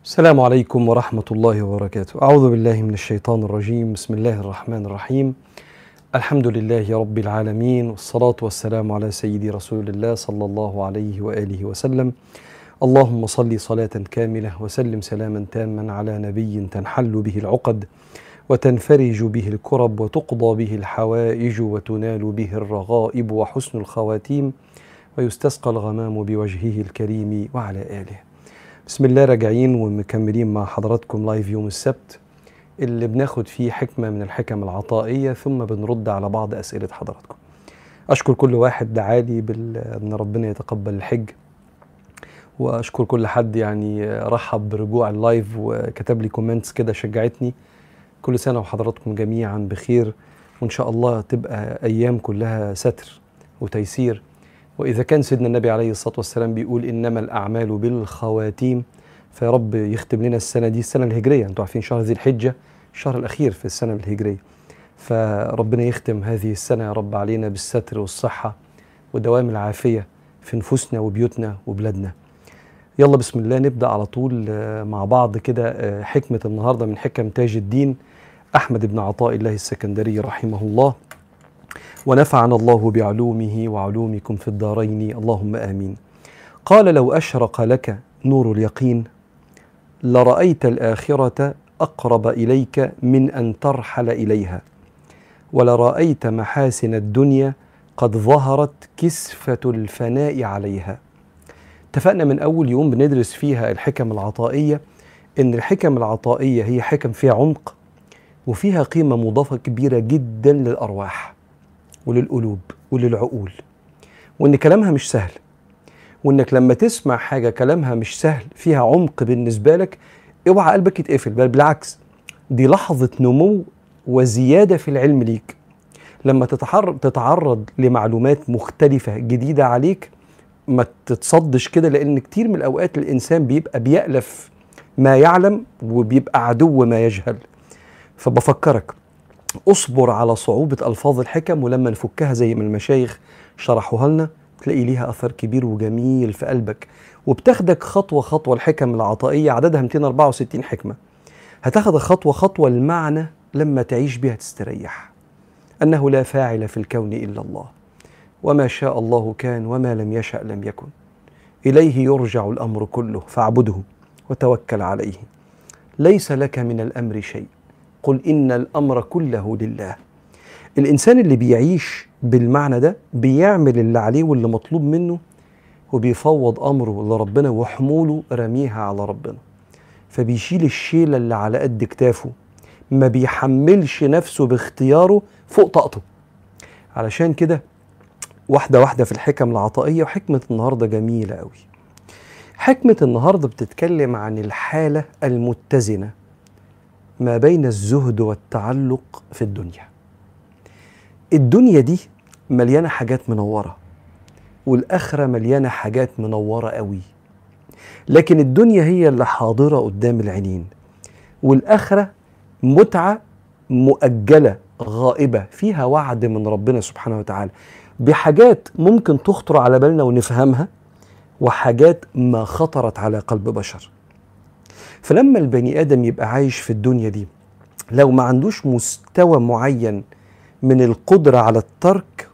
السلام عليكم ورحمة الله وبركاته. أعوذ بالله من الشيطان الرجيم. بسم الله الرحمن الرحيم. الحمد لله رب العالمين، والصلاة والسلام على سيدي رسول الله صلى الله عليه وآله وسلم. اللهم صل صلاة كاملة وسلم سلاما تاما على نبي تنحل به العقد وتنفرج به الكرب وتقضى به الحوائج وتنال به الرغائب وحسن الخواتيم ويستسقى الغمام بوجهه الكريم وعلى آله. بسم الله، راجعين ومكملين مع حضراتكم لايف يوم السبت اللي بناخد فيه حكمة من الحكم العطائية ثم بنرد على بعض أسئلة حضراتكم. أشكر كل واحد دعالي أن ربنا يتقبل الحج، وأشكر كل حد رحب برجوع اللايف وكتب لي كومنتس كده شجعتني. كل سنة وحضراتكم جميعا بخير، وإن شاء الله تبقى أيام كلها ستر وتيسير. وإذا كان سيدنا النبي عليه الصلاة والسلام بيقول إنما الأعمال بالخواتيم، فيا رب يختم لنا السنة دي، السنة الهجرية. أنتوا عارفين شهر ذي الحجة الشهر الأخير في السنة الهجرية، فربنا يختم هذه السنة يا رب علينا بالستر والصحة ودوام العافية في نفوسنا وبيوتنا وبلادنا. يلا بسم الله نبدأ على طول مع بعض كده. حكمة النهاردة من حكم تاج الدين أحمد بن عطاء الله السكندري رحمه الله، ونفعنا الله بعلومه وعلومكم في الدارين اللهم آمين. قال: لو أشرق لك نور اليقين لرأيت الآخرة أقرب إليك من أن ترحل إليها، ولرأيت محاسن الدنيا قد ظهرت كسفة الفناء عليها. اتفقنا من أول يوم بندرس فيها الحكم العطائية إن الحكم العطائية هي حكم فيها عمق وفيها قيمة مضافة كبيرة جدا للأرواح وللقلوب وللعقول، وإن كلامها مش سهل، وإنك لما تسمع حاجة كلامها مش سهل فيها عمق بالنسبة لك اوعى قلبك يتقفل، بل بالعكس دي لحظة نمو وزيادة في العلم ليك. لما تتعرض لمعلومات مختلفة جديدة عليك ما تتصدش كده، لأن كتير من الأوقات الإنسان بيبقى بيألف ما يعلم وبيبقى عدو ما يجهل. فبفكرك اصبر على صعوبة ألفاظ الحكم، ولما نفكها زي ما المشايخ شرحوها لنا تلاقي ليها أثر كبير وجميل في قلبك، وبتاخدك خطوة خطوة. الحكم العطائية عددها 264 حكمة، هتاخدك خطوة خطوة. المعنى لما تعيش بها تستريح، أنه لا فاعل في الكون إلا الله، وما شاء الله كان وما لم يشأ لم يكن، إليه يرجع الأمر كله فاعبده وتوكل عليه، ليس لك من الأمر شيء، قل إن الأمر كله لله. الإنسان اللي بيعيش بالمعنى ده بيعمل اللي عليه واللي مطلوب منه، وبيفوض أمره لربنا وحموله رميها على ربنا، فبيشيل الشيلة اللي على قد كتافه، ما بيحملش نفسه باختياره فوق طاقته. علشان كده واحدة واحدة في الحكم العطائية. وحكمة النهاردة جميلة قوي. حكمة النهاردة بتتكلم عن الحالة المتزنة ما بين الزهد والتعلق في الدنيا. الدنيا دي مليانة حاجات منورة، والآخرة مليانة حاجات منورة قوي، لكن الدنيا هي اللي حاضرة قدام العينين، والآخرة متعة مؤجلة غائبة فيها وعد من ربنا سبحانه وتعالى بحاجات ممكن تخطر على بالنا ونفهمها، وحاجات ما خطرت على قلب بشر. فلما البني آدم يبقى عايش في الدنيا دي لو ما عندوش مستوى معين من القدرة على الترك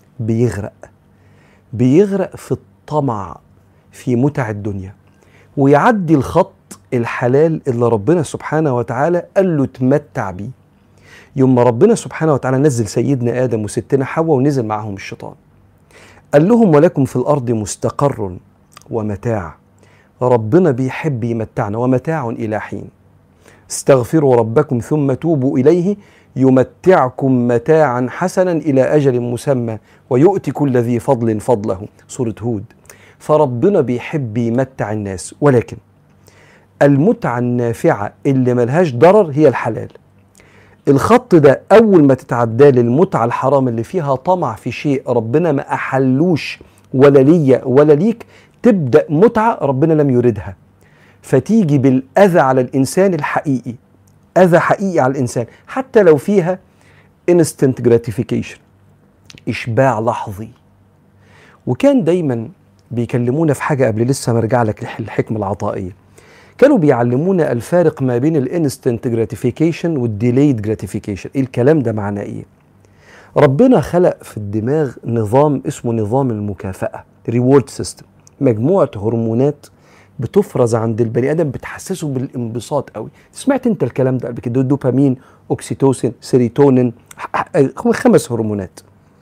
بيغرق في الطمع في متع الدنيا، ويعدي الخط الحلال اللي ربنا سبحانه وتعالى قال له تمتع بيه. يوم ما ربنا سبحانه وتعالى نزل سيدنا آدم وستنا حواء ونزل معهم الشيطان، قال لهم ولكم في الأرض مستقر ومتاع. ربنا بيحب يمتعنا، ومتاع إلى حين، استغفروا ربكم ثم توبوا إليه يمتعكم متاعا حسنا إلى أجل مسمى ويؤتي كل ذي فضل فضله، سورة هود. فربنا بيحب يمتع الناس، ولكن المتعة النافعة اللي ملهاش ضرر هي الحلال. الخط ده أول ما تتعدى للمتعة الحرام اللي فيها طمع في شيء ربنا ما أحلوش ولا ليا ولا ليك، تبدأ متعة ربنا لم يردها، فتيجي بالأذى على الإنسان الحقيقي، أذى حقيقي على الإنسان، حتى لو فيها instant gratification، إشباع لحظي. وكان دايما بيكلمونا في حاجة قبل لسه مرجع لك الحكمة العطائية، كانوا بيعلمونا الفارق ما بين الانستنت جراتيفيكيشن والديليد جراتيفيكيشن. ايه الكلام ده؟ معناه ايه؟ ربنا خلق في الدماغ نظام اسمه نظام المكافأة، ريورد سيستم، مجموعة هرمونات بتفرز عند البني ادم بتحسسه بالانبساط قوي. سمعت انت الكلام ده قبل كده؟ دوبامين، اوكسيتوسين، سيروتونين، 5 هرمونات.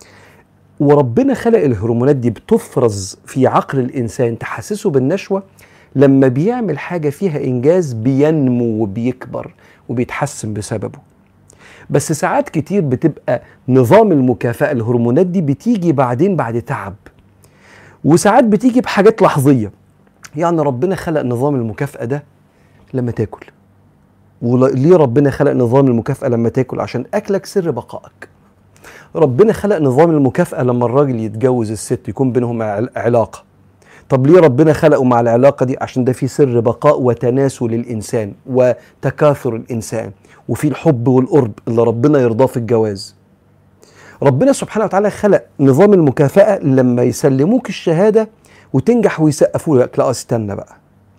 وربنا خلق الهرمونات دي بتفرز في عقل الانسان تحسسه بالنشوة. لما بيعمل حاجة فيها انجاز بينمو وبيكبر وبيتحسن بسببه. بس ساعات كتير بتبقى نظام المكافأة، الهرمونات دي بتيجي بعدين بعد تعب، وساعات بتيجي بحاجات لحظية. يعني ربنا خلق نظام المكافأة ده لما تاكل. وليه ربنا خلق نظام المكافأة لما تاكل؟ عشان أكلك سر بقائك. ربنا خلق نظام المكافأة لما الراجل يتجوز الست يكون بينهم علاقة. طب ليه ربنا خلقه مع العلاقة دي؟ عشان ده في سر بقاء وتناسل الإنسان وتكاثر الإنسان، وفي الحب والقرب اللي ربنا يرضاه في الجواز. ربنا سبحانه وتعالى خلق نظام المكافأة لما يسلموك الشهادة وتنجح ويسقفوا لك، لا استنى بقى،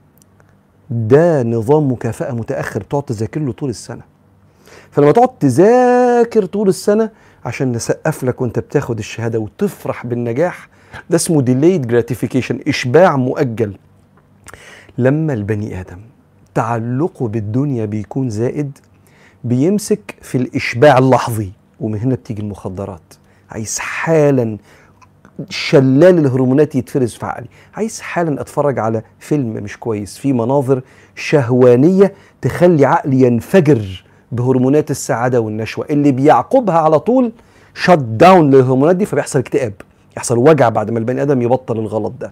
ده نظام مكافأة متأخر تقعد تذاكر له طول السنة. فلما تقعد تذاكر طول السنة عشان نسقف لك وانت بتاخد الشهادة وتفرح بالنجاح، ده اسمه delayed gratification، إشباع مؤجل. لما البني آدم تعلقه بالدنيا بيكون زائد، بيمسك في الإشباع اللحظي، ومن هنا بتيجي المخدرات. عايز حالا شلال الهرمونات يتفرز في عقلي، عايز حالا اتفرج على فيلم مش كويس فيه مناظر شهوانية تخلي عقلي ينفجر بهرمونات السعادة والنشوة اللي بيعقبها على طول شت داون للهرمونات دي، فبيحصل اكتئاب، يحصل وجع بعد ما البني آدم يبطل الغلط ده.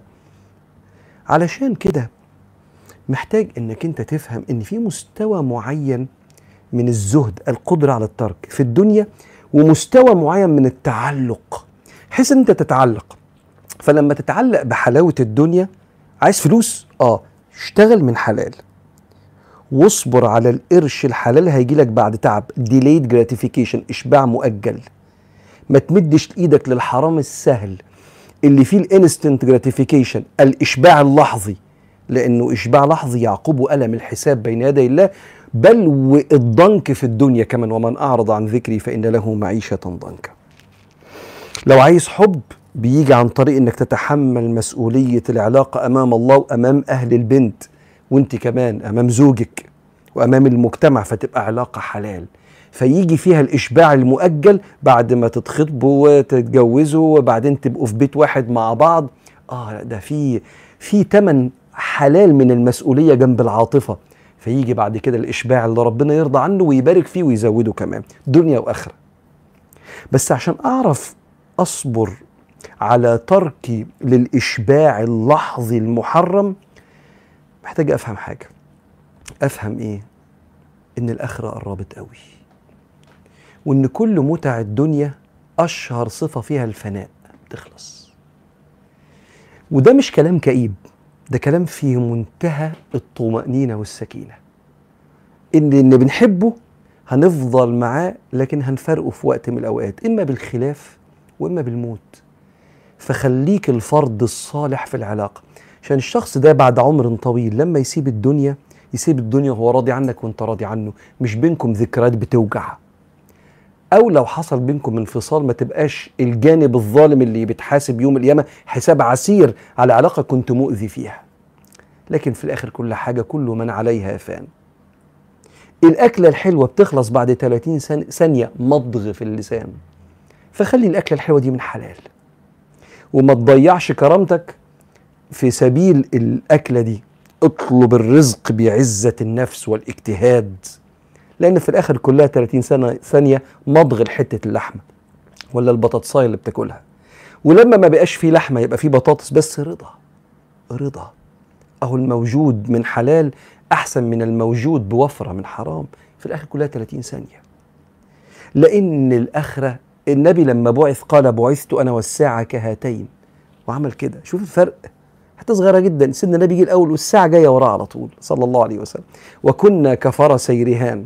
علشان كده محتاج انك انت تفهم ان في مستوى معين من الزهد، القدرة على الترك في الدنيا، ومستوى معين من التعلق، بحيث ان انت تتعلق. فلما تتعلق بحلاوة الدنيا، عايز فلوس؟ اشتغل من حلال واصبر على القرش الحلال هيجيلك بعد تعب، delayed gratification، اشباع مؤجل. ما تمدش ايدك للحرام السهل اللي فيه الانستنت جراتيفيكيشن، الاشباع اللحظي، لانه اشباع لحظي يعقبه الم الحساب بين يدي الله، بل والضنك في الدنيا كمان. ومن اعرض عن ذكري فان له معيشة ضنكا. لو عايز حب بيجي عن طريق انك تتحمل مسؤولية العلاقة امام الله وامام اهل البنت، وانت كمان امام زوجك وامام المجتمع، فتبقى علاقة حلال، فيجي فيها الاشباع المؤجل بعد ما تتخطبوا وتتجوزوا وبعدين تبقوا في بيت واحد مع بعض. ده في تمن حلال من المسؤولية جنب العاطفة، فيجي بعد كده الاشباع اللي ربنا يرضى عنه ويبارك فيه ويزوده كمان دنيا واخرة. بس عشان اعرف اصبر على تركي للاشباع اللحظي المحرم، محتاج افهم حاجة. افهم ايه؟ ان الاخرة قربت قوي، وان كل متع الدنيا اشهر صفة فيها الفناء، تخلص. وده مش كلام كئيب، ده كلام فيه منتهى الطمأنينة والسكينة. ان بنحبه هنفضل معاه، لكن هنفرقه في وقت من الاوقات، اما بالخلاف واما بالموت. فخليك الفرد الصالح في العلاقة، عشان الشخص ده بعد عمر طويل لما يسيب الدنيا وهو راضي عنك وانت راضي عنه، مش بينكم ذكريات بتوجع. او لو حصل بينكم انفصال، ما تبقاش الجانب الظالم اللي بتحاسب يوم القيامة حساب عسير على علاقة كنت مؤذي فيها. لكن في الاخر كل حاجة، كل من عليها فان. الاكلة الحلوة بتخلص بعد 30 ثانية مضغ في اللسان، فخلي الاكلة الحلوة دي من حلال، وما تضيعش كرامتك في سبيل الأكلة دي. اطلب الرزق بعزة النفس والاجتهاد، لأن في الآخر كلها 30 ثانية مضغ الحتة اللحمة ولا البطاطساية اللي بتاكلها. ولما ما بقاش فيه لحمة يبقى فيه بطاطس بس، رضا. أهو الموجود من حلال أحسن من الموجود بوفرة من حرام. في الآخر كلها 30 ثانية. لأن الآخرة، النبي لما بعث قال بعثت أنا والساعة كهاتين، وعمل كده. شوف الفرق، حتى صغيرة جدا. سيدنا النبي جه الأول والساعة جاية وراه على طول صلى الله عليه وسلم. وكنا كفرسي رهان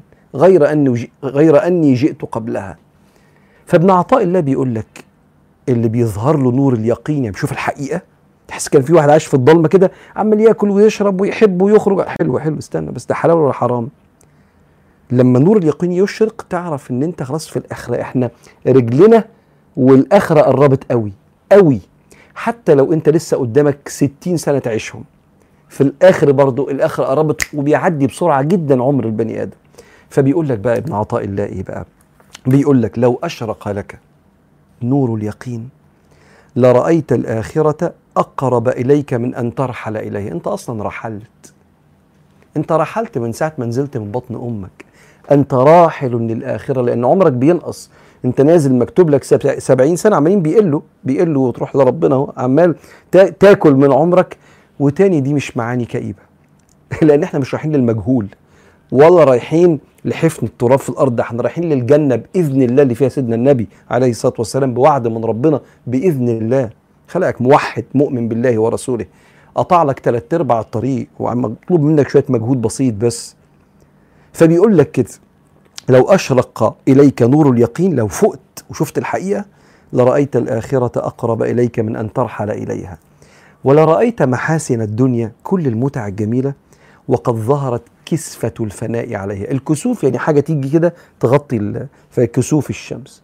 غير أني جئت قبلها. فابن عطاء الله بيقول لك اللي بيظهر له نور اليقين، يعني بيشوف الحقيقة، تحس كان في واحد عايش في الضلمه كده عمال ياكل ويشرب ويحب ويخرج. حلو حلو، استنى بس، ده حلال ولا حرام؟ لما نور اليقين يشرق تعرف ان انت خلاص في الاخره. احنا رجلنا والاخره قربت قوي قوي. حتى لو انت لسه قدامك 60 سنه تعيشهم، في الاخر برضو الاخره قربت، وبيعدي بسرعه جدا عمر البني ادم. فبيقول لك بقى ابن عطاء الله ايه بقى؟ بيقول لك لو اشرق لك نور اليقين لرأيت الآخرة أقرب إليك من أن ترحل إليه. أنت أصلا رحلت، أنت رحلت من ساعة ما نزلت من بطن أمك. أنت راحل للآخرة، لأن عمرك بينقص. أنت نازل مكتوب لك 70 سنة عمالين بيقلوا وتروح لربنا اهو، عمال تاكل من عمرك. وتاني دي مش معاني كئيبة لأن احنا مش رايحين للمجهول ولا رايحين لحفن التراب في الارض، احنا رايحين للجنه باذن الله اللي فيها سيدنا النبي عليه الصلاه والسلام بوعد من ربنا باذن الله. خلقك موحد مؤمن بالله ورسوله، قطع لك 3/4 الطريق ومطلوب منك شويه مجهود بسيط بس. فبيقول لك كده لو اشرق اليك نور اليقين، لو فقت وشفت الحقيقه لرايت الاخره اقرب اليك من ان ترحل اليها، ولرايت محاسن الدنيا كل المتع الجميله وقد ظهرت كسفة الفناء عليها. الكسوف يعني حاجة تيجي كده تغطي فكسوف الشمس.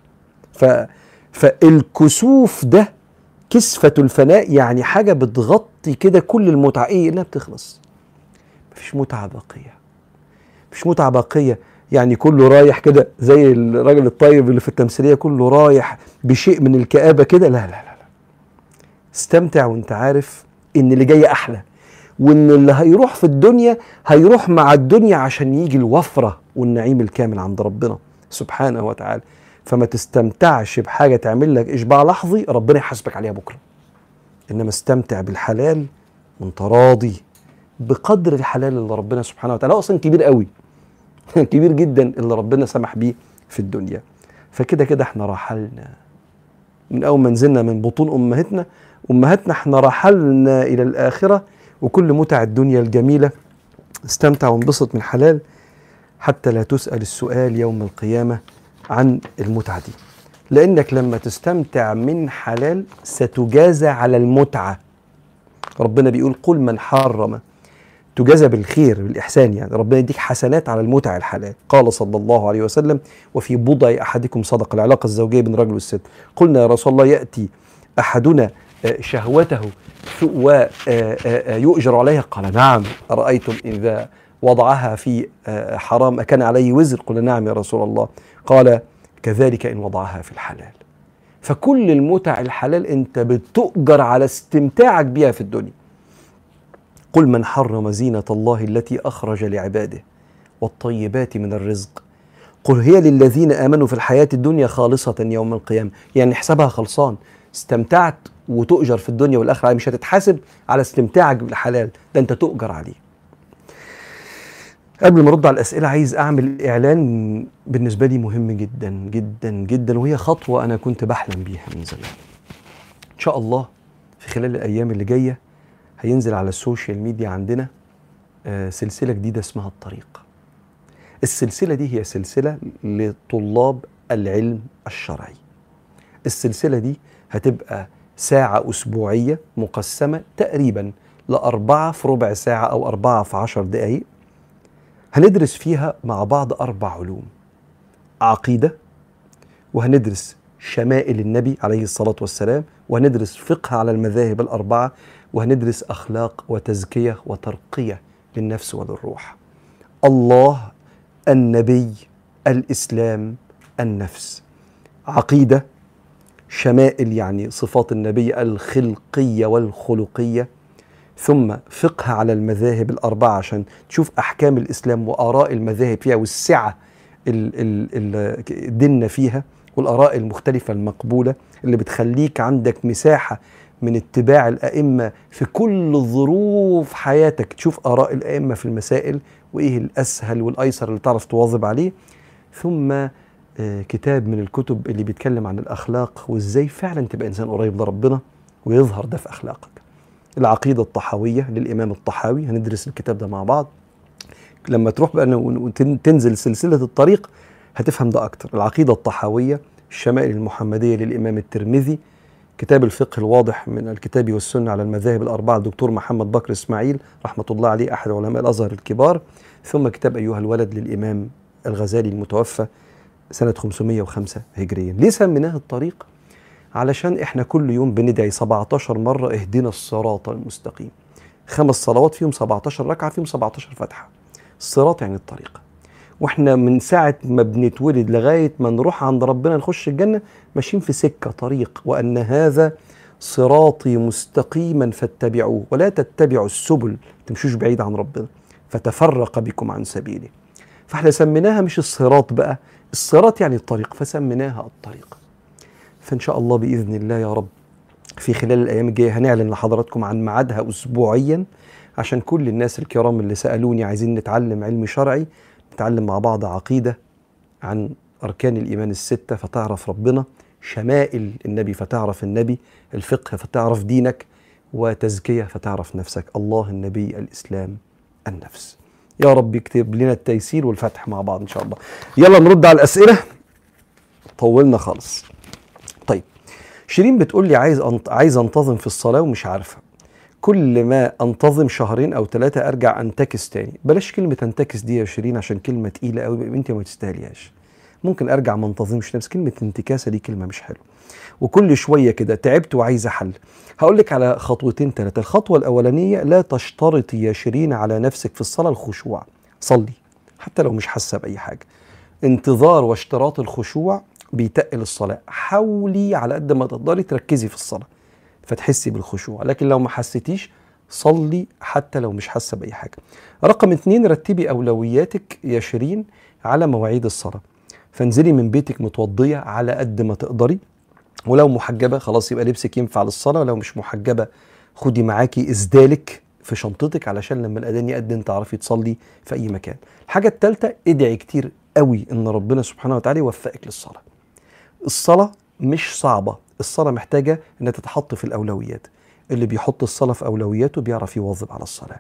فالكسوف ده كسفة الفناء، يعني حاجة بتغطي كده كل المتعة. ايه؟ انها بتخلص، مفيش متعة باقية، مفيش متعة باقية. يعني كله رايح كده زي الراجل الطيب اللي في التمثيلية، كله رايح بشيء من الكآبة كده. لا لا لا لا، استمتع وانت عارف ان اللي جاي احلى، وان اللي هيروح في الدنيا هيروح مع الدنيا عشان يجي الوفرة والنعيم الكامل عند ربنا سبحانه وتعالى. فما تستمتعش بحاجة تعمل لك إشباع لحظي ربنا يحاسبك عليها بكرة، إنما استمتع بالحلال وانت راضي بقدر الحلال اللي ربنا سبحانه وتعالى أصلا كبير قوي كبير جدا اللي ربنا سمح بيه في الدنيا. فكده كده احنا رحلنا من أول ما نزلنا من بطون أمهاتنا احنا رحلنا إلى الآخرة، وكل متع الدنيا الجميلة استمتع وانبسط من حلال حتى لا تسأل السؤال يوم القيامة عن المتعة دي. لأنك لما تستمتع من حلال ستجازى على المتعة. ربنا بيقول قل من حرم، تجازى بالخير بالإحسان، يعني ربنا يديك حسنات على المتع الحلال. قال صلى الله عليه وسلم وفي بضع أحدكم صدق، العلاقة الزوجية بين الرجل والست. قلنا يا رسول الله يأتي أحدنا شهوته ويؤجر عليها؟ قال نعم. أرأيتم إذا وضعها في حرام أكان عليه وزر؟ قل نعم يا رسول الله. قال كذلك إن وضعها في الحلال. فكل المتع الحلال أنت بتؤجر على استمتاعك بها في الدنيا. قل من حرم زينة الله التي أخرج لعباده والطيبات من الرزق قل هي للذين آمنوا في الحياة الدنيا خالصة يوم القيامة. يعني حسابها خلصان، استمتعت وتؤجر في الدنيا والآخرة، مش هتتحاسب على استمتاعك بالحلال، ده أنت تؤجر عليه. قبل ما أرد على الأسئلة عايز أعمل إعلان بالنسبة لي مهم جدا جدا جدا، وهي خطوة أنا كنت بحلم بيها من زمان. إن شاء الله في خلال الأيام اللي جاية هينزل على السوشيال ميديا عندنا سلسلة جديدة اسمها الطريق. السلسلة دي هي سلسلة لطلاب العلم الشرعي. السلسلة دي هتبقى ساعة أسبوعية مقسمة تقريبا ل4 في ربع ساعة أو 4 في 10 دقايق. هندرس فيها مع بعض 4 علوم: عقيدة، وهندرس شمائل النبي عليه الصلاة والسلام، وهندرس فقه على المذاهب ال4، وهندرس أخلاق وتزكية وترقية للنفس وللروح. الله، النبي، الإسلام، النفس. عقيدة، شمائل يعني صفات النبي الخلقية والخلقية، ثم فقه على المذاهب ال4 عشان تشوف أحكام الإسلام وآراء المذاهب فيها والسعة ديننا فيها، والآراء المختلفة المقبولة اللي بتخليك عندك مساحة من اتباع الأئمة في كل ظروف حياتك، تشوف آراء الأئمة في المسائل وإيه الأسهل والأيسر اللي تعرف تواظب عليه. ثم كتاب من الكتب اللي بيتكلم عن الأخلاق وإزاي فعلا تبقى إنسان قريب لربنا ويظهر ده في أخلاقك. العقيدة الطحاوية للإمام الطحاوي، هندرس الكتاب ده مع بعض. لما تروح بقى تنزل سلسلة الطريق هتفهم ده أكتر. العقيدة الطحاوية، الشمائل المحمدية للإمام الترمذي، كتاب الفقه الواضح من الكتاب والسنة على المذاهب الأربعة الدكتور محمد بكر إسماعيل رحمة الله عليه، أحد علماء الأزهر الكبار. ثم كتاب أيها الولد للإمام الغزالي المتوفى سنة 505 هجريا. ليه سميناه الطريق؟ علشان إحنا كل يوم بندعي 17 مرة اهدنا الصراط المستقيم. 5 صلوات فيهم 17 ركعة فيهم 17 فتحة. الصراط يعني الطريق. واحنا من ساعة ما بنتولد لغاية ما نروح عند ربنا نخش الجنة ماشيين في سكة طريق، وأن هذا صراطي مستقيما فاتبعوه ولا تتبعوا السبل، تمشوش بعيد عن ربنا فتفرق بكم عن سبيله. فاحنا سميناها مش الصراط بقى، الصراط يعني الطريق فسميناها الطريق. فإن شاء الله بإذن الله يا رب في خلال الأيام الجاية هنعلن لحضراتكم عن ميعادها أسبوعيا، عشان كل الناس الكرام اللي سألوني عايزين نتعلم علم شرعي، نتعلم مع بعض عقيدة عن أركان الإيمان الستة فتعرف ربنا، شمائل النبي فتعرف النبي، الفقه فتعرف دينك، وتزكية فتعرف نفسك، الله النبي الإسلام النفس. يا رب يكتب لنا التيسير والفتح مع بعض إن شاء الله. يلا نرد على الأسئلة، طولنا خالص. طيب شيرين بتقول لي عايز أنتظم في الصلاة ومش عارفة، كل ما انتظم 2 أو 3 ارجع انتكس تاني. بلاش كلمة انتكس دي يا شيرين عشان كلمة تقيلة قوي انت ما تستاهليهاش. ممكن ارجع ما انتظمش نفس كلمة انتكاسة دي كلمة مش حلوة. وكل شوية كده تعبت وعايزة حل. هقول لك على 2 3. الخطوة الأولانية، لا تشترطي يا شيرين على نفسك في الصلاة الخشوع. صلي حتى لو مش حاسة بأي حاجة. انتظار واشتراط الخشوع بيتقل الصلاة. حاولي على قد ما تقدري تركزي في الصلاة فتحسي بالخشوع، لكن لو ما حسيتيش صلي حتى لو مش حاسه باي حاجه. رقم 2، رتبي اولوياتك يا شيرين على مواعيد الصلاه. فانزلي من بيتك متوضيه على قد ما تقدري، ولو محجبه خلاص يبقى لبسك ينفع للصلاه، ولو مش محجبه خدي معاكي اسدالك في شنطتك علشان لما الاذان يأذن تعرفي تصلي في اي مكان. الحاجه الثالثه، ادعي كتير قوي ان ربنا سبحانه وتعالى يوفقك للصلاه. الصلاه مش صعبه، الصلاة محتاجة انها تتحط في الأولويات. اللي بيحط الصلاة في أولوياته بيعرف يواظب على الصلاة.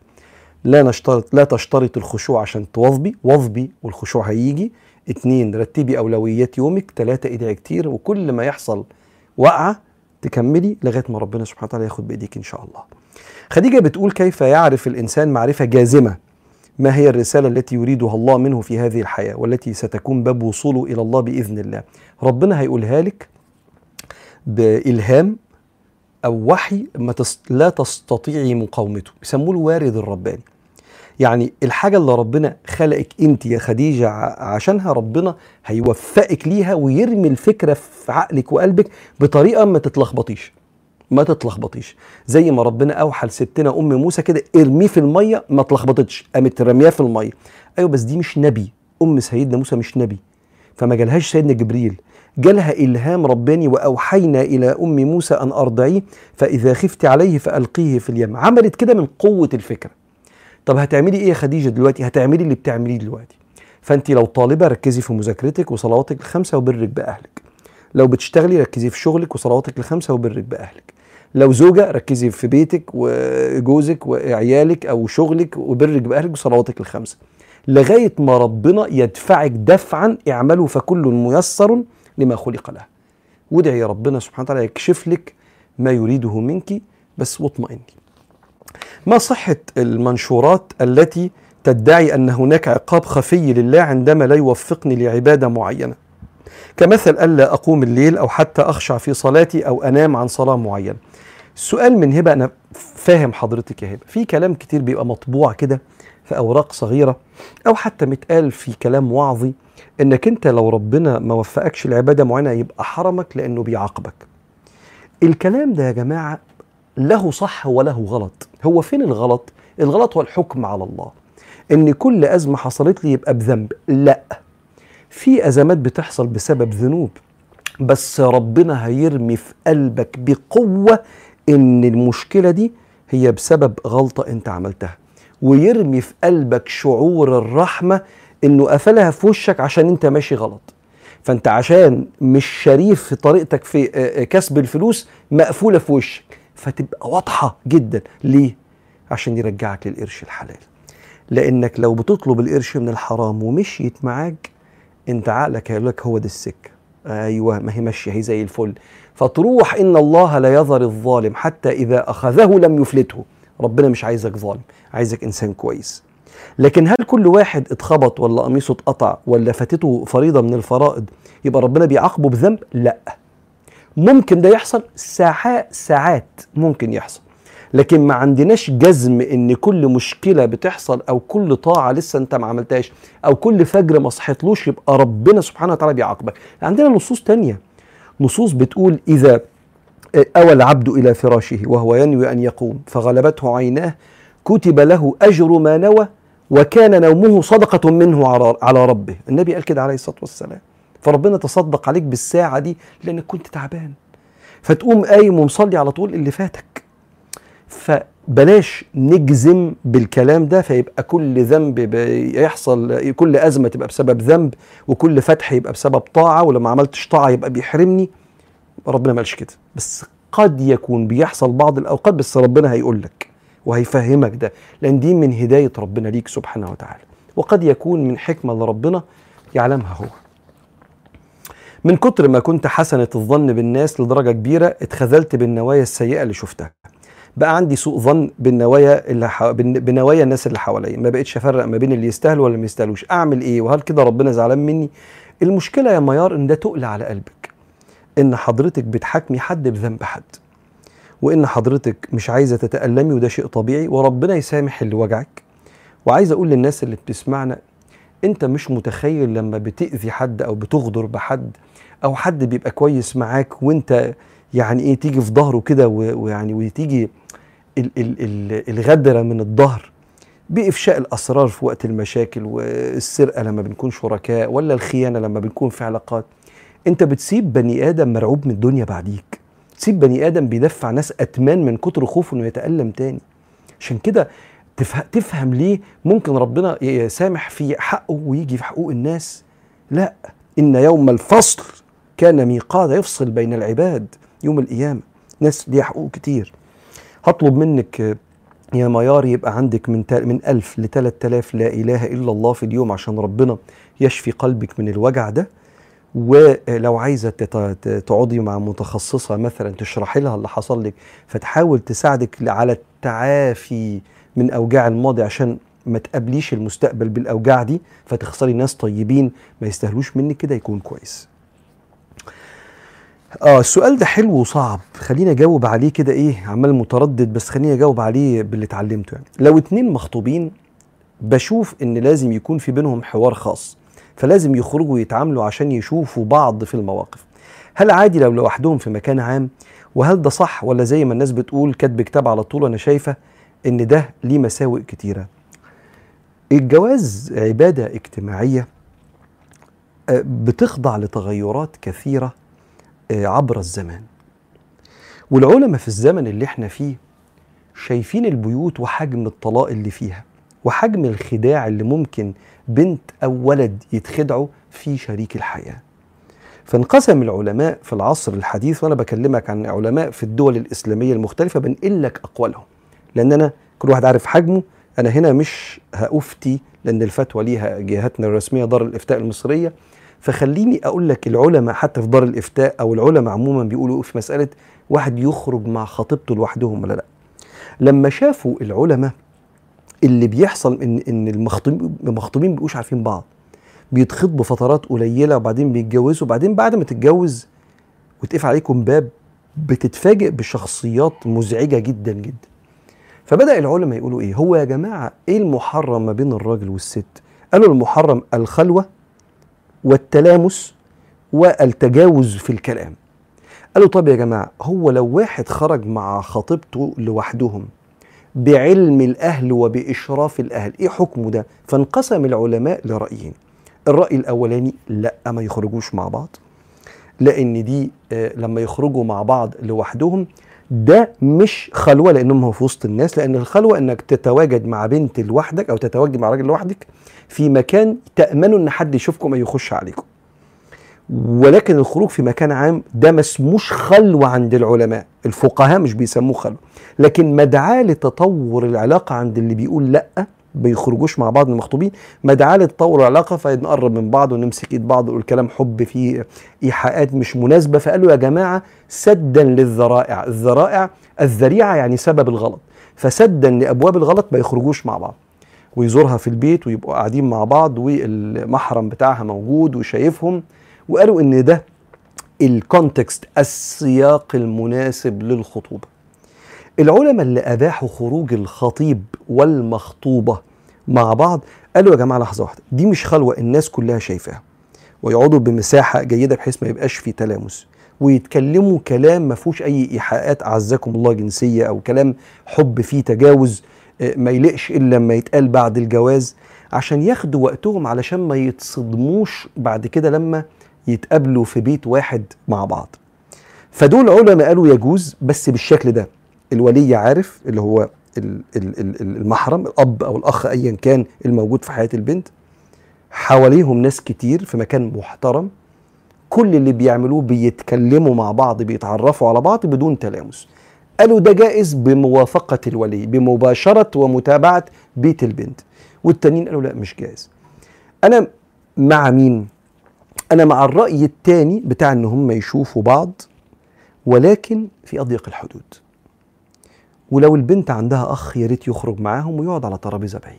لا تشترط الخشوع عشان واظبي والخشوع هيجي. 2، رتبي أولويات يومك. 3، ادعي كتير، وكل ما يحصل وقعة تكملي لغاية ما ربنا سبحانه وتعالى ياخد بإيديك إن شاء الله. خديجة بتقول كيف يعرف الإنسان معرفة جازمة ما هي الرسالة التي يريدها الله منه في هذه الحياة والتي ستكون باب وصوله إلى الله بإذن الله؟ ربنا هيقولها لك بإلهام أو وحي لا تستطيعي مقاومته، بيسموه الوارد الرباني. يعني الحاجة اللي ربنا خلقك انت يا خديجة عشانها، ربنا هيوفقك ليها ويرمي الفكرة في عقلك وقلبك بطريقة ما تتلخبطيش. زي ما ربنا أوحى لستنا أم موسى كده، ارميه في المية، ما تلخبطتش، قامت رمياه في المية. أيوة بس دي مش نبي، أم سيدنا موسى مش نبي، فما جالهاش سيدنا جبريل، جالها إلهام رباني. وأوحينا إلى أم موسى أن أرضعيه فإذا خفت عليه فألقيه في اليم. عملت كده من قوة الفكرة. طب هتعملي إيه يا خديجة دلوقتي؟ هتعملي اللي بتعمليه دلوقتي. فأنت لو طالبة ركزي في مذاكرتك وصلواتك ال5 وبرك بأهلك. لو بتشتغلي ركزي في شغلك وصلواتك ال5 وبرك بأهلك. لو زوجة ركزي في بيتك وجوزك وعيالك أو شغلك وبرك بأهلك وصلواتك ال5 لغاية ما ربنا يدفعك دفعا. اعملوا فكل ميسر لما خلق له. وادعي يا ربنا سبحانه وتعالى يكشف لك ما يريده منك، بس واطمئني. ما صحة المنشورات التي تدعي أن هناك عقاب خفي لله عندما لا يوفقني لعبادة معينة، كمثل ألا أقوم الليل أو حتى أخشع في صلاتي أو أنام عن صلاة معينة؟ السؤال من هبة. أنا فاهم حضرتك يا هبة، في كلام كتير بيبقى مطبوع كده في أوراق صغيرة أو حتى متقال في كلام وعظي إنك أنت لو ربنا ما وفقكش لعبادة معينة يبقى حرمك لأنه بيعاقبك. الكلام ده يا جماعة له صح وله غلط. هو فين الغلط؟ الغلط هو الحكم على الله، إن كل أزمة حصلت لي يبقى بذنب. لا، في أزمات بتحصل بسبب ذنوب، بس ربنا هيرمي في قلبك بقوة إن المشكلة دي هي بسبب غلطة أنت عملتها، ويرمي في قلبك شعور الرحمة إنه قفلها في وشك عشان أنت ماشي غلط. فأنت عشان مش شريف في طريقتك في كسب الفلوس مقفولة في وشك، فتبقى واضحة جدا. ليه؟ عشان يرجعك للقرش الحلال. لأنك لو بتطلب القرش من الحرام ومشيت معاك، أنت عقلك هيقول لك هو ده السكة، ايوه، ما هي ماشيه هي زي الفل. فتروح ان الله لا يذر الظالم حتى اذا اخذه لم يفلته. ربنا مش عايزك ظالم، عايزك انسان كويس. لكن هل كل واحد اتخبط ولا قميصه اتقطع ولا فاتته فريضه من الفرائض يبقى ربنا بيعاقبه بذنب؟ لا. ممكن ده يحصل ساعات ممكن يحصل، لكن ما عندناش جزم ان كل مشكله بتحصل او كل طاعه لسه انت ما عملتهاش او كل فجر ما صحيتلوش يبقى ربنا سبحانه وتعالى بيعاقبك. عندنا نصوص تانية، نصوص بتقول اذا اوى العبد الى فراشه وهو ينوي ان يقوم فغلبته عيناه كتب له اجر ما نوى وكان نومه صدقه منه على ربه. النبي قال كده عليه الصلاه والسلام. فربنا تصدق عليك بالساعه دي لانك كنت تعبان، فتقوم قايم ومصلي على طول اللي فاتك. فبلاش نجزم بالكلام ده، فيبقى كل ذنب بيحصل، كل أزمة تبقى بسبب ذنب، وكل فتح يبقى بسبب طاعة، ولما عملتش طاعة يبقى بيحرمني. ربنا ما قالش كده، بس قد يكون بيحصل بعض الأوقات، بس ربنا هيقول لك وهيفهمك ده، لأن دي من هداية ربنا ليك سبحانه وتعالى، وقد يكون من حكمة لربنا يعلمها هو. من كتر ما كنت حسنة الظن بالناس لدرجة كبيرة اتخذلت بالنوايا السيئة اللي شفتها. بقى عندي سوء ظن بنوايا الناس اللي حواليا، ما بقتش افرق ما بين اللي يستاهلوا ولا ما يستاهلوش. اعمل ايه؟ وهل كده ربنا زعلان مني؟ المشكله يا ميار ان ده تقل على قلبك، ان حضرتك بتحاكمي حد بذنب حد، وان حضرتك مش عايزه تتألمي، وده شيء طبيعي، وربنا يسامح اللي وجعك. وعايز اقول للناس اللي بتسمعنا، انت مش متخيل لما بتأذي حد او بتغدر بحد او حد بيبقى كويس معاك وانت يعني ايه تيجي في ظهره كده ويعني وتيجي الغدرة من الظهر بإفشاء الأسرار في وقت المشاكل، والسرقة لما بنكون شركاء، ولا الخيانة لما بنكون في علاقات. انت بتسيب بني آدم مرعوب من الدنيا بعديك، تسيب بني آدم بيدفع ناس أتمان من كتر خوفه انه يتألم تاني. عشان كده تفهم ليه ممكن ربنا يسامح في حقه ويجي في حقوق الناس. لا، إن يوم الفصل كان ميقاتا، يفصل بين العباد يوم القيامة. ناس ليها حقوق كتير. هطلب منك يا ميار يبقى عندك من 1000 ل 3000 لا إله إلا الله في اليوم، عشان ربنا يشفي قلبك من الوجع ده. ولو عايزة تقعدي مع متخصصة مثلا تشرحي لها اللي حصل لك، فتحاول تساعدك على التعافي من أوجاع الماضي، عشان ما تقابليش المستقبل بالأوجاع دي فتخسري ناس طيبين ما يستاهلوش منك، كده يكون كويس. السؤال ده حلو وصعب، خليني اجاوب عليه كده، ايه عمال متردد، بس خليني اجاوب عليه باللي اتعلمته. يعني لو 2 مخطوبين بشوف ان لازم يكون في بينهم حوار خاص، فلازم يخرجوا يتعاملوا عشان يشوفوا بعض في المواقف. هل عادي لو لوحدهم في مكان عام؟ وهل ده صح ولا زي ما الناس بتقول كاتب كتاب على طول؟ انا شايفة ان ده ليه مساوئ كتيرة. الجواز عبادة اجتماعية بتخضع لتغيرات كثيرة عبر الزمان، والعلماء في الزمن اللي احنا فيه شايفين البيوت وحجم الطلاق اللي فيها، وحجم الخداع اللي ممكن بنت أو ولد يتخدعوا في شريك الحياة. فانقسم العلماء في العصر الحديث، وأنا بكلمك عن علماء في الدول الإسلامية المختلفة بنقل لك أقوالهم، لأن أنا كل واحد عارف حجمه. أنا هنا مش هأفتي، لأن الفتوى ليها جهاتنا الرسمية دار الإفتاء المصرية، فخليني أقول لك العلماء حتى في دار الإفتاء أو العلماء عموما بيقولوا في مسألة واحد يخرج مع خطيبته لوحدهم ولا لا. لما شافوا العلماء اللي بيحصل ان المخطوبين مبيبقوش عارفين بعض، بيتخطبوا فترات قليله وبعدين بيتجوزوا، وبعدين بعد ما تتجوز وتقفل عليكم باب بتتفاجئ بشخصيات مزعجه جدا جدا. فبدأ العلماء يقولوا ايه هو يا جماعه، ايه المحرم ما بين الراجل والست؟ قالوا المحرم الخلوه والتلامس والتجاوز في الكلام. قالوا طب يا جماعة، هو لو واحد خرج مع خطيبته لوحدهم بعلم الأهل وبإشراف الأهل، إيه حكمه ده؟ فانقسم العلماء لرأيين. الرأي الأولاني لا، ما يخرجوش مع بعض، لأن دي لما يخرجوا مع بعض لوحدهم ده مش خلوة، لأنهم في وسط الناس. لأن الخلوة إنك تتواجد مع بنت لوحدك أو تتواجد مع راجل لوحدك في مكان تأمنوا إن حد يشوفكم أو يخش عليكم. ولكن الخروج في مكان عام ده ما اسموش خلوة عند العلماء، الفقهاء مش بيسموه خلوة، لكن مدعاة لتطور العلاقة عند اللي بيقول لأ بيخرجوش مع بعض المخطوبين، مدعاة لتطور العلاقه، فنقرب من بعض ونمسك ايد بعض ونقول كلام حب فيه ايحاءات مش مناسبه. فقالوا يا جماعه سدا للذرائع، الذريعه يعني سبب الغلط، فسدا لابواب الغلط ما يخرجوش مع بعض، ويزورها في البيت ويبقوا قاعدين مع بعض والمحرم بتاعها موجود وشايفهم. وقالوا ان ده الكونتكست، السياق المناسب للخطوبة. العلماء اللي أباحوا خروج الخطيب والمخطوبة مع بعض قالوا يا جماعة لحظة واحدة، دي مش خلوة الناس كلها شايفاها، ويقعدوا بمساحة جيدة بحيث ما يبقاش في تلامس، ويتكلموا كلام ما فيهوش أي إيحاءات أعزكم الله جنسية أو كلام حب فيه تجاوز ما يلقش إلا لما يتقال بعد الجواز، عشان ياخدوا وقتهم علشان ما يتصدموش بعد كده لما يتقابلوا في بيت واحد مع بعض. فدول علماء قالوا يجوز، بس بالشكل ده: الولي عارف اللي هو المحرم، الأب أو الأخ أيا كان الموجود في حياة البنت، حواليهم ناس كتير في مكان محترم، كل اللي بيعملوه بيتكلموا مع بعض، بيتعرفوا على بعض بدون تلامس. قالوا ده جائز بموافقة الولي، بمباشرة ومتابعة بيت البنت. والتانيين قالوا لا مش جائز. أنا مع مين؟ أنا مع الرأي التاني بتاع إن هم يشوفوا بعض ولكن في أضيق الحدود. ولو البنت عندها أخ يا ريت يخرج معاهم ويقعد على ترابيزة بعيد،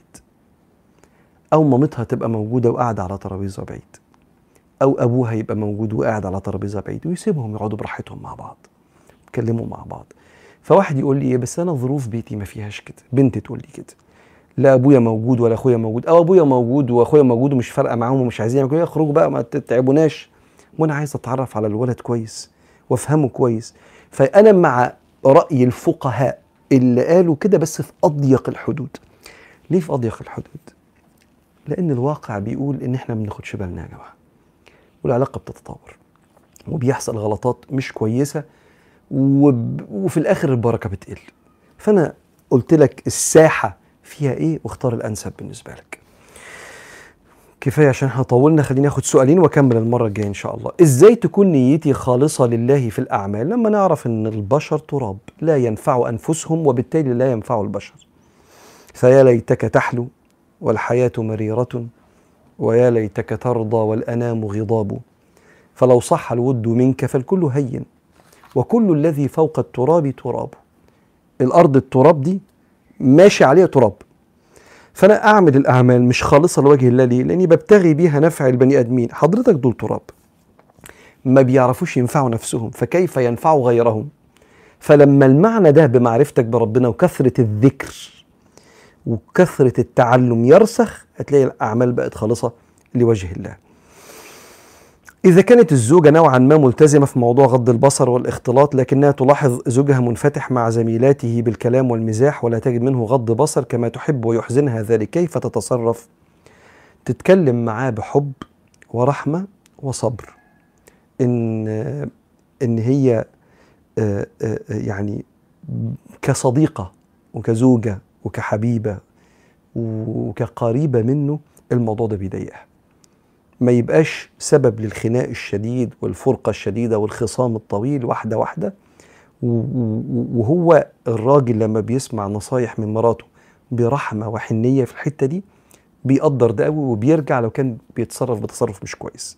أو مامتها تبقى موجودة وقاعدة على ترابيزة بعيد، أو أبوها يبقى موجود وقاعد على ترابيزة بعيد، ويسيبهم يقعدوا براحتهم مع بعض يتكلموا مع بعض. فواحد يقول لي إيه بس أنا ظروف بيتي ما فيهاش كده، بنت تقول لي كده، لا ابويا موجود ولا اخويا موجود، او ابويا موجود واخويا موجود ومش فارقه معاهم ومش عايزين يخرجوا بقى ما تتعبوناش، وانا عايز اتعرف على الولد كويس وافهمه كويس. فانا مع راي الفقهاء اللي قالوا كده بس في اضيق الحدود. ليه في اضيق الحدود؟ لان الواقع بيقول ان احنا ما بناخدش بالنا يا جماعه، والعلاقه بتتطور وبيحصل غلطات مش كويسه وفي الاخر البركه بتقل. فانا قلت لك الساحه فيها ايه واختار الانسب بالنسبه لك. كفايه عشان احنا طولنا، خليني اخد سؤالين واكمل المره الجايه ان شاء الله. ازاي تكون نيتي خالصه لله في الاعمال لما نعرف ان البشر تراب لا ينفع انفسهم وبالتالي لا ينفع البشر؟ فيا ليتك تحلو والحياه مريره، ويا ليتك ترضى والانام غضاب، فلو صح الود منك فالكل هين، وكل الذي فوق التراب تراب. الارض التراب دي ماشي عليها تراب، فانا اعمل الاعمال مش خالصه لوجه الله. ليه؟ لاني ببتغي بيها نفع البني ادمين. حضرتك دول تراب ما بيعرفوش ينفعوا نفسهم، فكيف ينفعوا غيرهم؟ فلما المعنى ده بمعرفتك بربنا وكثره الذكر وكثره التعلم يرسخ، هتلاقي الاعمال بقت خالصه لوجه الله. إذا كانت الزوجة نوعا ما ملتزمة في موضوع غض البصر والاختلاط، لكنها تلاحظ زوجها منفتح مع زميلاته بالكلام والمزاح ولا تجد منه غض بصر كما تحب ويحزنها ذلك، كيف تتصرف؟ تتكلم معاه بحب ورحمة وصبر، إن هي يعني كصديقة وكزوجة وكحبيبة وكقريبة منه الموضوع ده بيضايقها، ما يبقاش سبب للخناق الشديد والفرقة الشديدة والخصام الطويل. واحدة واحدة. وهو الراجل لما بيسمع نصايح من مراته برحمة وحنية في الحتة دي بيقدر ده قوي وبيرجع لو كان بيتصرف بتصرف مش كويس.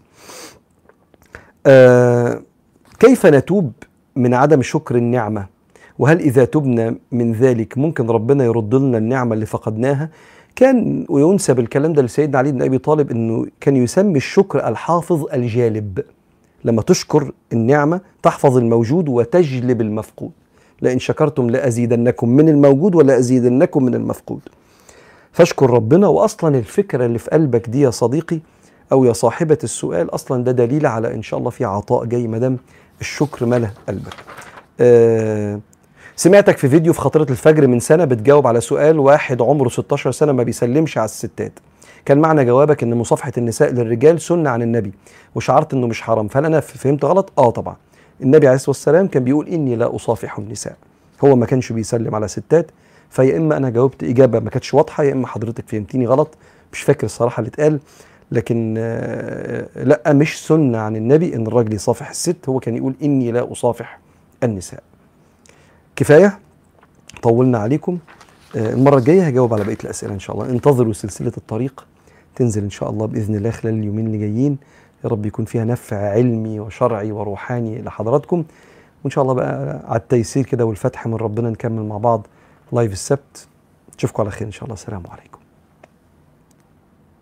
كيف نتوب من عدم شكر النعمة؟ وهل إذا تبنا من ذلك ممكن ربنا يرد لنا النعمة اللي فقدناها؟ كان وينسب الكلام ده لسيدنا علي بن أبي طالب إنه كان يسمي الشكر الحافظ الجالب. لما تشكر النعمة تحفظ الموجود وتجلب المفقود. لئن شكرتم لأزيدنكم من الموجود ولا أزيدنكم من المفقود. فاشكر ربنا. وأصلا الفكرة اللي في قلبك دي يا صديقي أو يا صاحبة السؤال أصلا ده دليل على إن شاء الله في عطاء جاي مدام الشكر ملأ قلبك. سمعتك في فيديو في خطيرة الفجر من سنة بتجاوب على سؤال واحد عمره 16 سنة ما بيسلمش على الستات. كان معنى جوابك ان مصافحة النساء للرجال سنة عن النبي وشعرت انه مش حرام، فهل انا فهمت غلط؟ طبعا. النبي عليه الصلاة والسلام كان بيقول اني لا اصافح النساء، هو ما كانش بيسلم على ستات. فيا اما انا جاوبت اجابة ما كانتش واضحة يا اما حضرتك فهمتيني غلط، مش فاكر الصراحة اللي اتقال. لكن لا مش سنة عن النبي ان الراجل يصافح الست، هو كان يقول اني لا اصافح النساء. كفاية طولنا عليكم، المرة الجاية هجاوب على بقية الأسئلة إن شاء الله. انتظروا سلسلة الطريق تنزل إن شاء الله بإذن الله خلال اليومين اللي جايين، يا رب يكون فيها نفع علمي وشرعي وروحاني لحضراتكم. وإن شاء الله بقى على التيسير كده والفتح من ربنا نكمل مع بعض لايف السبت. نشوفكم على خير إن شاء الله. السلام عليكم.